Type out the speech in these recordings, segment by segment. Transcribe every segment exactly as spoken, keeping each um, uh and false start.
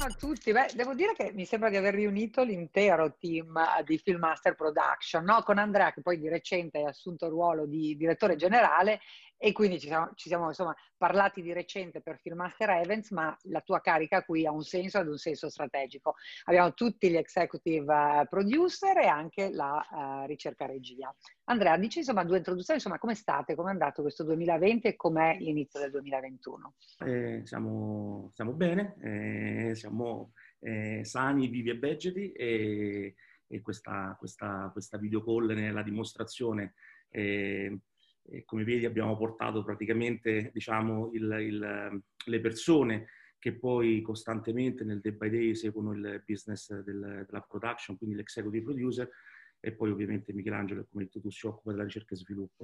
a tutti. Beh, devo dire che mi sembra di aver riunito l'intero team eh, di Filmmaster Production, no? Con Andrea, che poi di recente hai assunto il ruolo di direttore generale, e quindi ci siamo, ci siamo, insomma parlati di recente per Filmmaster Events, ma la tua carica qui ha un senso ed un senso strategico. Abbiamo tutti gli executive eh, producer e anche la eh, ricerca regia. Andrea, dici insomma due introduzioni, insomma come state, come è andato questo duemilaventi e com'è l'inizio del duemilaventuno? Eh, siamo, stiamo bene, eh, siamo eh, sani, vivi e vegeti e, e questa, questa, questa video call è la dimostrazione. Eh, e come vedi abbiamo portato praticamente diciamo, il, il, le persone che poi costantemente nel day by day seguono il business del, della production, quindi l'executive producer, e poi ovviamente Michelangelo, come hai detto tu, si occupa della ricerca e sviluppo.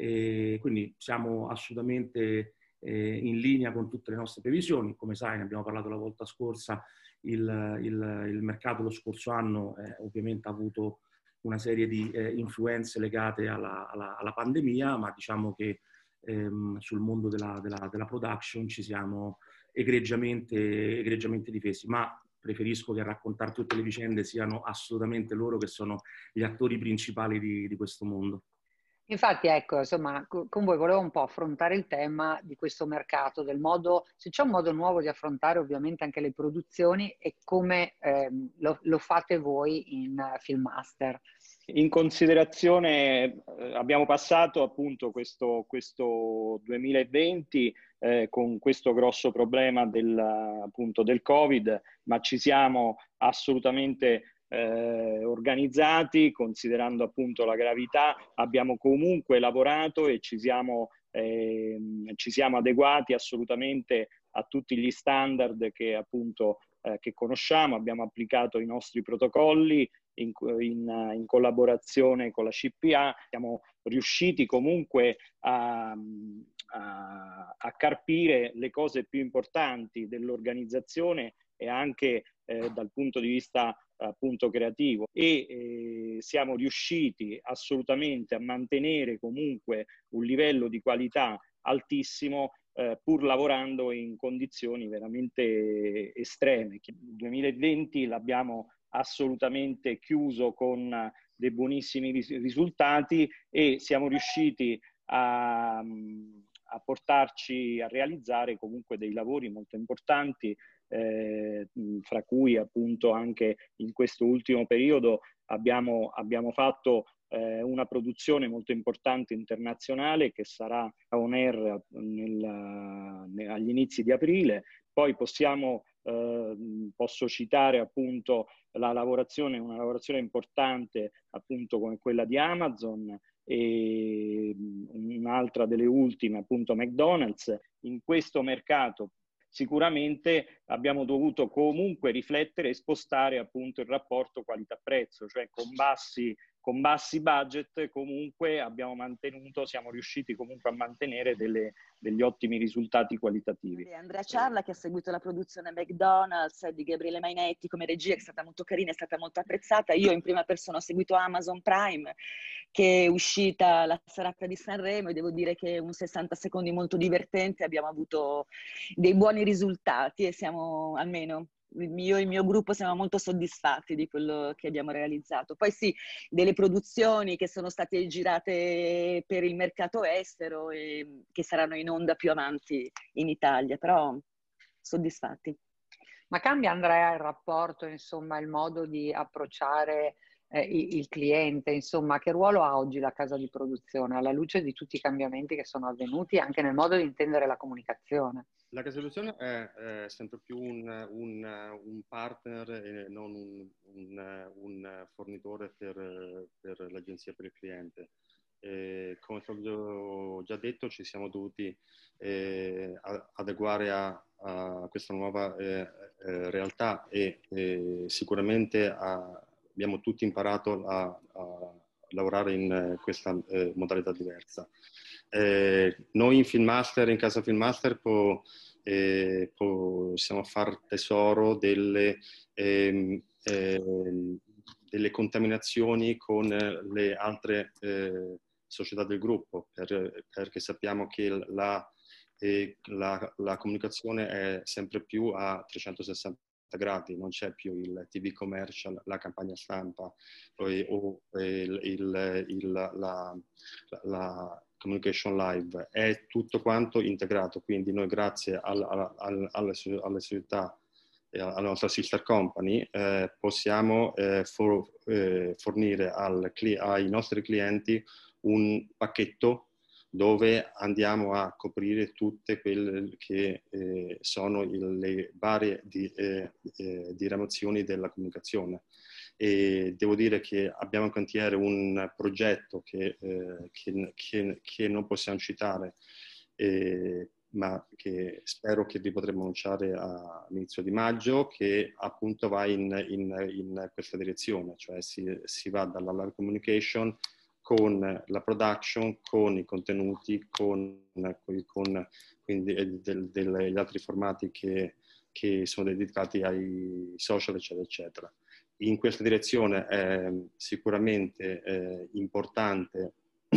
E quindi siamo assolutamente eh, in linea con tutte le nostre previsioni. Come sai, ne abbiamo parlato la volta scorsa, il, il, il mercato lo scorso anno eh, ovviamente ha avuto una serie di eh, influenze legate alla, alla, alla pandemia, ma diciamo che ehm, sul mondo della, della, della production ci siamo egregiamente, egregiamente difesi, ma preferisco che a raccontare tutte le vicende siano assolutamente loro che sono gli attori principali di, di questo mondo. Infatti, ecco, insomma, co- con voi volevo un po' affrontare il tema di questo mercato, del modo, se c'è un modo nuovo di affrontare ovviamente anche le produzioni e come ehm, lo, lo fate voi in uh, Filmmaster. In considerazione, eh, abbiamo passato appunto questo, questo duemilaventi eh, con questo grosso problema del, appunto, del Covid, ma ci siamo assolutamente eh, organizzati, considerando appunto la gravità, abbiamo comunque lavorato e ci siamo, eh, ci siamo adeguati assolutamente a tutti gli standard che appunto eh, che conosciamo, abbiamo applicato i nostri protocolli in, in, in collaborazione con la C P A, siamo riusciti comunque a, a, a carpire le cose più importanti dell'organizzazione e anche eh, dal punto di vista appunto creativo e eh, siamo riusciti assolutamente a mantenere comunque un livello di qualità altissimo eh, pur lavorando in condizioni veramente estreme. Il duemilaventi l'abbiamo assolutamente chiuso con dei buonissimi ris risultati e siamo riusciti a, a portarci a realizzare comunque dei lavori molto importanti, eh, fra cui appunto anche in questo ultimo periodo abbiamo, abbiamo fatto eh, una produzione molto importante internazionale che sarà on air nel, agli inizi di aprile. Poi possiamo, eh, posso citare appunto la lavorazione, una lavorazione importante appunto come quella di Amazon e un'altra delle ultime appunto McDonald's. In questo mercato sicuramente abbiamo dovuto comunque riflettere e spostare appunto il rapporto qualità-prezzo, cioè con bassi, con bassi budget comunque abbiamo mantenuto, siamo riusciti comunque a mantenere delle, degli ottimi risultati qualitativi. Andrea Ciarla che ha seguito la produzione McDonald's di Gabriele Mainetti come regia, che è stata molto carina, è stata molto apprezzata. Io in prima persona ho seguito Amazon Prime, che è uscita la serata di Sanremo, e devo dire che è un sessanta secondi molto divertente, abbiamo avuto dei buoni risultati e siamo almeno io e il mio gruppo siamo molto soddisfatti di quello che abbiamo realizzato. Poi sì, delle produzioni che sono state girate per il mercato estero e che saranno in onda più avanti in Italia, però soddisfatti. Ma cambia, Andrea, il rapporto, insomma, il modo di approcciare eh, il, il cliente, insomma, che ruolo ha oggi la casa di produzione alla luce di tutti i cambiamenti che sono avvenuti anche nel modo di intendere la comunicazione? La casa di produzione è, è sempre più un, un, un partner e non un, un, un fornitore per, per l'agenzia, per il cliente. E come ti ho già detto, ci siamo dovuti eh, adeguare a, a questa nuova eh, eh, realtà e eh, sicuramente a, abbiamo tutti imparato a, a lavorare in questa eh, modalità diversa. Eh, noi in Filmmaster, in casa Filmmaster, po, eh, possiamo far tesoro delle, eh, eh, delle contaminazioni con le altre eh, società del gruppo, per, perché sappiamo che la, eh, la, la comunicazione è sempre più a trecentosessanta gradi, non c'è più il T V commercial, la campagna stampa o, o il, il, il, la, la communication live, è tutto quanto integrato. Quindi noi, grazie al, al, al, alle, alle società e alla nostra sister company, eh, possiamo eh, for, eh, fornire al, ai nostri clienti un pacchetto dove andiamo a coprire tutte quelle che eh, sono il, le varie di, eh, eh, diramazioni della comunicazione. E devo dire che abbiamo in cantiere un progetto che, eh, che, che, che non possiamo citare, eh, ma che spero che vi potremo annunciare all'inizio di maggio, che appunto va in, in, in questa direzione, cioè si, si va dalla live communication con la production, con i contenuti, con, con quindi del, degli altri formati che, che sono dedicati ai social, eccetera, eccetera. In questa direzione è sicuramente eh, importante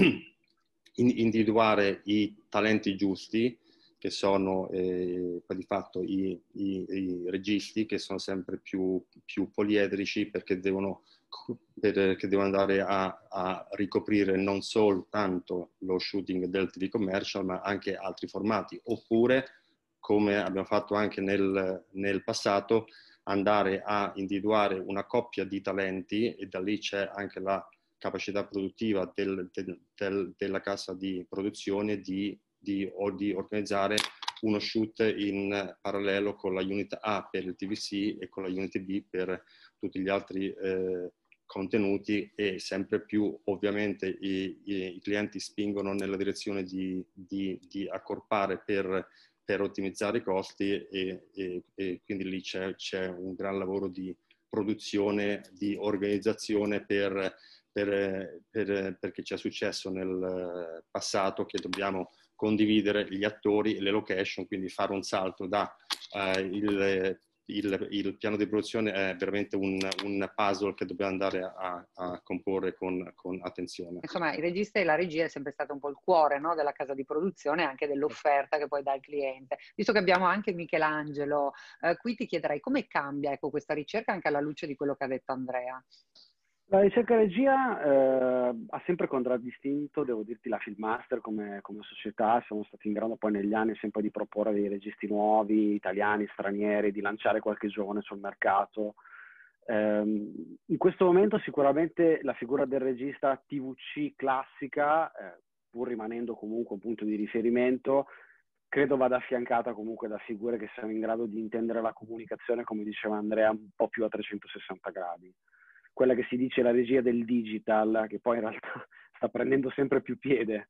individuare i talenti giusti, che sono eh, di fatto i, i, i registi, che sono sempre più, più poliedrici, perché devono, per, che devono andare a, a ricoprire non soltanto lo shooting del T V commercial, ma anche altri formati, oppure, come abbiamo fatto anche nel, nel passato, andare a individuare una coppia di talenti, e da lì c'è anche la capacità produttiva del, del, del, della casa di produzione di, di, o di organizzare uno shoot in parallelo con la unit A per il T V C e con la unit B per tutti gli altri eh, contenuti, e sempre più ovviamente i, i, i clienti spingono nella direzione di, di, di accorpare per, per ottimizzare i costi, e, e, e quindi lì c'è, c'è un gran lavoro di produzione, di organizzazione per Per, per, perché ci è successo nel passato che dobbiamo condividere gli attori e le location, quindi fare un salto da uh, il, il, il piano di produzione è veramente un, un puzzle che dobbiamo andare a, a comporre con, con attenzione. Insomma, il regista e la regia è sempre stato un po' il cuore, no, della casa di produzione e anche dell'offerta che poi dà il cliente. Visto che abbiamo anche Michelangelo, eh, qui ti chiederei come cambia, ecco, questa ricerca anche alla luce di quello che ha detto Andrea. La ricerca regia eh, ha sempre contraddistinto, devo dirti, la Filmmaster come, come società. Siamo stati in grado poi negli anni sempre di proporre dei registi nuovi, italiani, stranieri, di lanciare qualche giovane sul mercato. Eh, in questo momento sicuramente la figura del regista T V C classica, eh, pur rimanendo comunque un punto di riferimento, credo vada affiancata comunque da figure che siano in grado di intendere la comunicazione, come diceva Andrea, un po' più a trecentosessanta gradi. Quella che si dice la regia del digital, che poi in realtà sta prendendo sempre più piede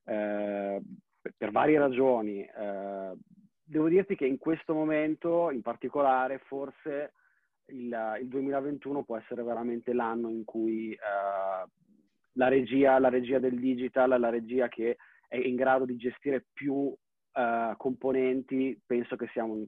eh, per varie ragioni. Eh, devo dirti che in questo momento, in particolare, forse il, il duemilaventuno può essere veramente l'anno in cui eh, la regia, la regia del digital, la regia che è in grado di gestire più eh, componenti, penso che sia un,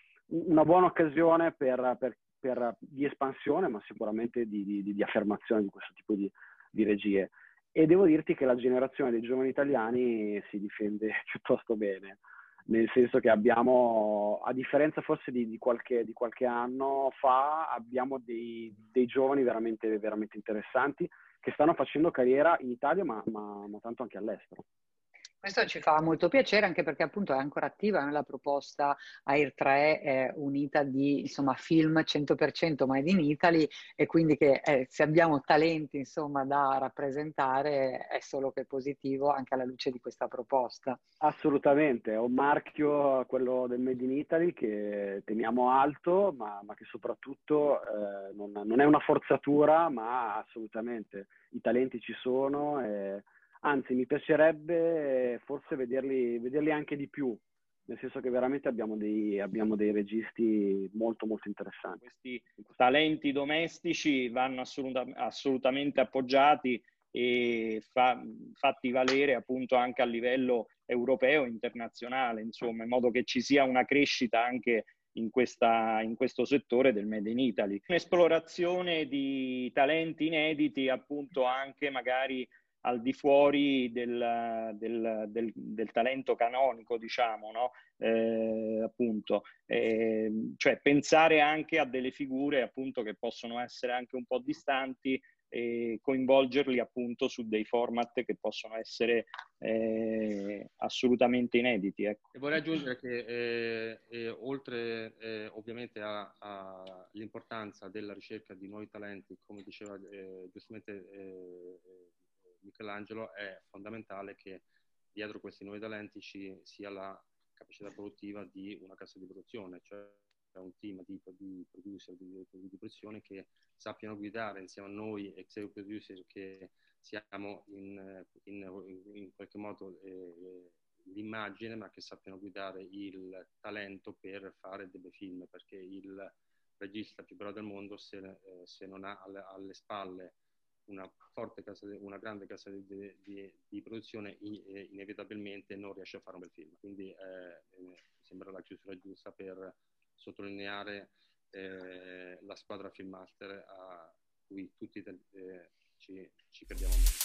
una buona occasione per, per Per, di espansione, ma sicuramente di, di, di affermazione di questo tipo di, di regie. E devo dirti che la generazione dei giovani italiani si difende piuttosto bene, nel senso che abbiamo, a differenza forse di, di, qualche, di qualche anno fa, abbiamo dei, dei giovani veramente, veramente interessanti che stanno facendo carriera in Italia, ma, ma, ma tanto anche all'estero. Questo ci fa molto piacere, anche perché appunto è ancora attiva nella proposta Air tre, è unita di insomma film cento per cento made in Italy, e quindi che eh, se abbiamo talenti insomma da rappresentare è solo che positivo anche alla luce di questa proposta. Assolutamente, è un marchio, quello del Made in Italy, che teniamo alto, ma, ma che soprattutto eh, non, non è una forzatura, ma assolutamente i talenti ci sono. E anzi, mi piacerebbe forse vederli, vederli anche di più, nel senso che veramente abbiamo dei, abbiamo dei registi molto molto interessanti. Questi talenti domestici vanno assoluta, assolutamente appoggiati e fa, fatti valere appunto anche a livello europeo e internazionale, insomma, in modo che ci sia una crescita anche in, questa, in questo settore del Made in Italy. Un'esplorazione di talenti inediti appunto anche magari al di fuori del, del, del, del talento canonico, diciamo, no? Eh, appunto, eh, cioè pensare anche a delle figure appunto che possono essere anche un po' distanti e coinvolgerli appunto su dei format che possono essere eh, assolutamente inediti. Ecco. E vorrei aggiungere che eh, eh, oltre eh, ovviamente all'importanza della ricerca di nuovi talenti, come diceva eh, giustamente eh, Michelangelo, è fondamentale che dietro questi nuovi talenti ci sia la capacità produttiva di una casa di produzione, cioè un team di, di producer, di direttori di produzione che sappiano guidare insieme a noi executive producer che siamo in, in, in qualche modo eh, l'immagine, ma che sappiano guidare il talento per fare dei bei film, perché il regista più bravo del mondo, se, eh, se non ha alle, alle spalle una forte casa, una grande casa di, di, di produzione, in, inevitabilmente non riesce a fare un bel film. Quindi eh, mi sembra la chiusura giusta per sottolineare eh, la squadra Filmmaster a cui tutti eh, ci, ci crediamo molto.